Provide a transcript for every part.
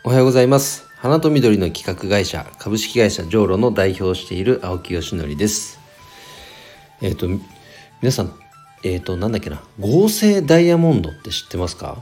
おはようございます。花と緑の企画会社株式会社ジョーロの代表をしている青木よしのりです。皆さんなんだっけな、合成ダイヤモンドって知ってますか？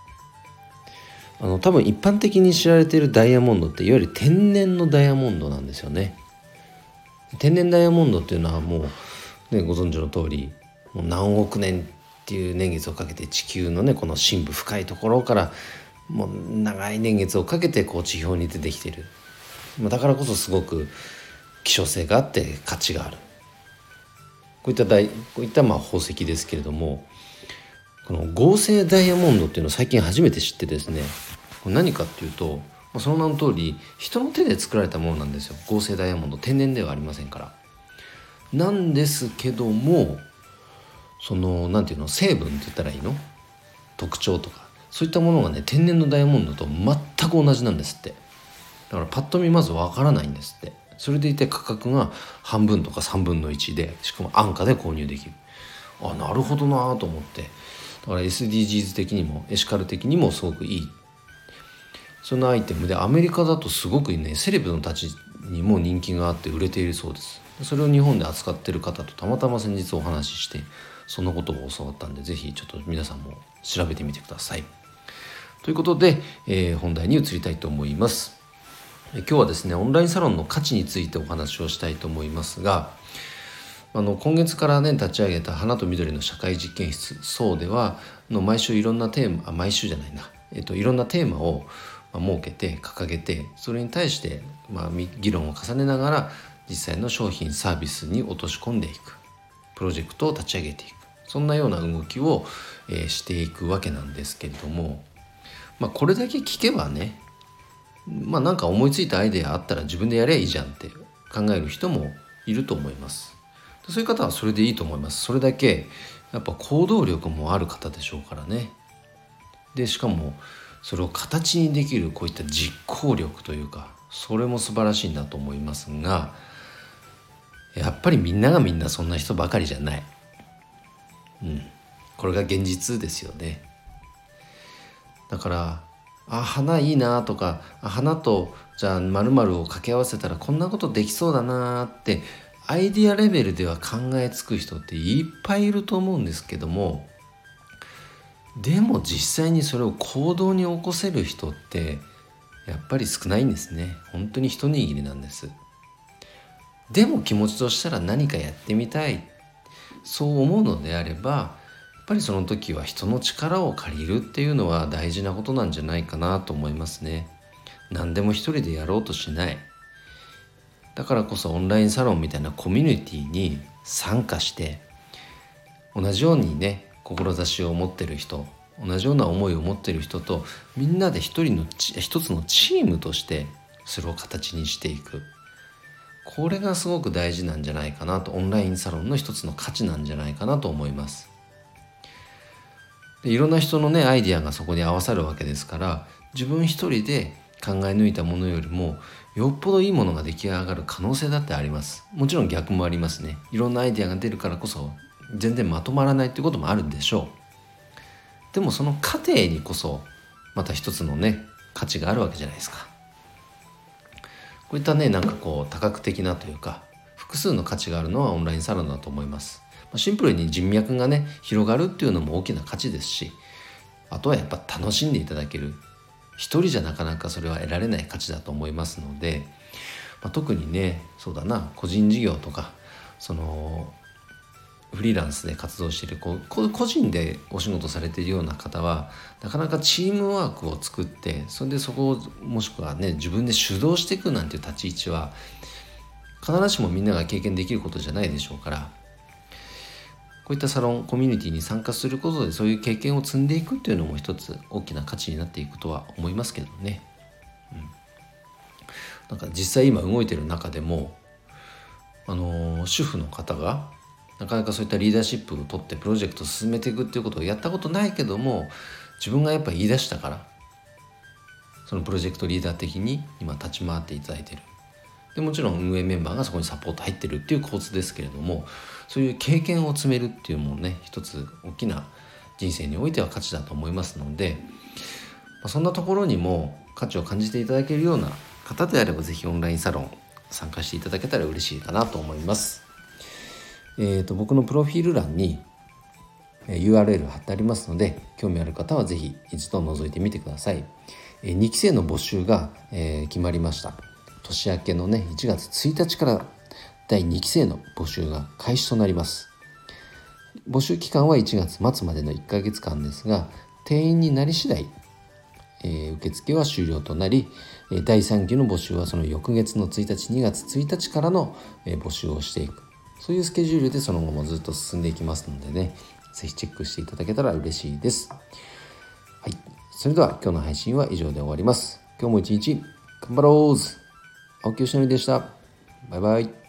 多分一般的に知られているダイヤモンドっていわゆる天然のダイヤモンドなんですよね。天然ダイヤモンドっていうのはもう、ご存知の通りもう何億年っていう年月をかけて地球のこの深部深いところからもう長い年月をかけて地表に出てきている。だからこそすごく希少性があって価値がある。こういった宝石ですけれども、この合成ダイヤモンドっていうのを最近初めて知ってですね、これ何かっていうと、その名の通り人の手で作られたものなんですよ。合成ダイヤモンド、天然ではありませんから。なんですけども、なんていうの、成分って言ったらいいの、特徴とかそういったものが天然のダイヤモンドと全く同じなんですって。だからパッと見まずわからないんですって。それでいて価格が半分とか3分の1で、しかも安価で購入できる。なるほどなと思って。だから SDGs 的にもエシカル的にもすごくいい、そのアイテムで、アメリカだとすごくセレブのたちにも人気があって売れているそうです。それを日本で扱っている方とたまたま先日お話しして、そのことを教わったんで、ぜひちょっと皆さんも調べてみてください。ということで、本題に移りたいと思います。今日はですね、オンラインサロンの価値についてお話をしたいと思いますが、今月から立ち上げた花と緑の社会実験室そうでは毎週いろんなテーマ、毎週じゃないな、いろんなテーマを設けて掲げて、それに対して議論を重ねながら実際の商品サービスに落とし込んでいく、プロジェクトを立ち上げていく、そんなような動きを、していくわけなんですけれども、これだけ聞けばね、なんか思いついたアイデアあったら自分でやればいいじゃんって考える人もいると思います。そういう方はそれでいいと思います。それだけやっぱ行動力もある方でしょうからね。でしかもそれを形にできるこういった実行力というか、それも素晴らしいなと思いますが、やっぱりみんながみんなそんな人ばかりじゃない。これが現実ですよね。だから花いいなとか、花とじゃあ〇〇を掛け合わせたらこんなことできそうだなってアイディアレベルでは考えつく人っていっぱいいると思うんですけども、でも実際にそれを行動に起こせる人ってやっぱり少ないんですね。本当に一握りなんです。でも気持ちとしたら何かやってみたい、そう思うのであれば、やっぱりその時は人の力を借りるっていうのは大事なことなんじゃないかなと思いますね。何でも一人でやろうとしない。だからこそオンラインサロンみたいなコミュニティに参加して、同じように志を持ってる人、同じような思いを持ってる人とみんなで一つのチームとしてそれを形にしていく、これがすごく大事なんじゃないかなと、オンラインサロンの一つの価値なんじゃないかなと思います。でいろんな人のアイディアがそこに合わさるわけですから、自分一人で考え抜いたものよりもよっぽどいいものが出来上がる可能性だってあります。もちろん逆もありますね。いろんなアイデアが出るからこそ全然まとまらないということもあるんでしょう。でもその過程にこそまた一つの価値があるわけじゃないですか。こういった多角的なというか複数の価値があるのはオンラインサロンだと思います。シンプルに人脈が広がるっていうのも大きな価値ですし、あとはやっぱ楽しんでいただける、一人じゃなかなかそれは得られない価値だと思いますので、特にそうだな、個人事業とかフリーランスで活動している個人でお仕事されているような方はなかなかチームワークを作って、それでそこをもしくは自分で主導していくなんていう立ち位置は必ずしもみんなが経験できることじゃないでしょうから、こういったサロンコミュニティに参加することでそういう経験を積んでいくっていうのも一つ大きな価値になっていくとは思いますけどね。実際今動いている中でも主婦の方がなかなかそういったリーダーシップを取ってプロジェクトを進めていくっていうことをやったことないけども、自分がやっぱ言い出したからそのプロジェクトリーダー的に今立ち回っていただいている。でもちろん運営メンバーがそこにサポート入ってるっていう構図ですけれども、そういう経験を積めるっていうのも一つ大きな人生においては価値だと思いますので、そんなところにも価値を感じていただけるような方であれば、ぜひオンラインサロン参加していただけたら嬉しいかなと思います。僕のプロフィール欄にURL 貼ってありますので、興味ある方はぜひ一度覗いてみてください。2期生の募集が決まりました。年明けのね1月1日から第2期生の募集が開始となります。募集期間は1月末までの1ヶ月間ですが、定員になり次第、受付は終了となり、第3期の募集はその翌月の1日2月1日からの募集をしていく、そういうスケジュールでその後もずっと進んでいきますのでね、ぜひチェックしていただけたら嬉しいです。はい、それでは今日の配信は以上で終わります。今日も一日頑張ろう。青木よしのりでした。バイバイ。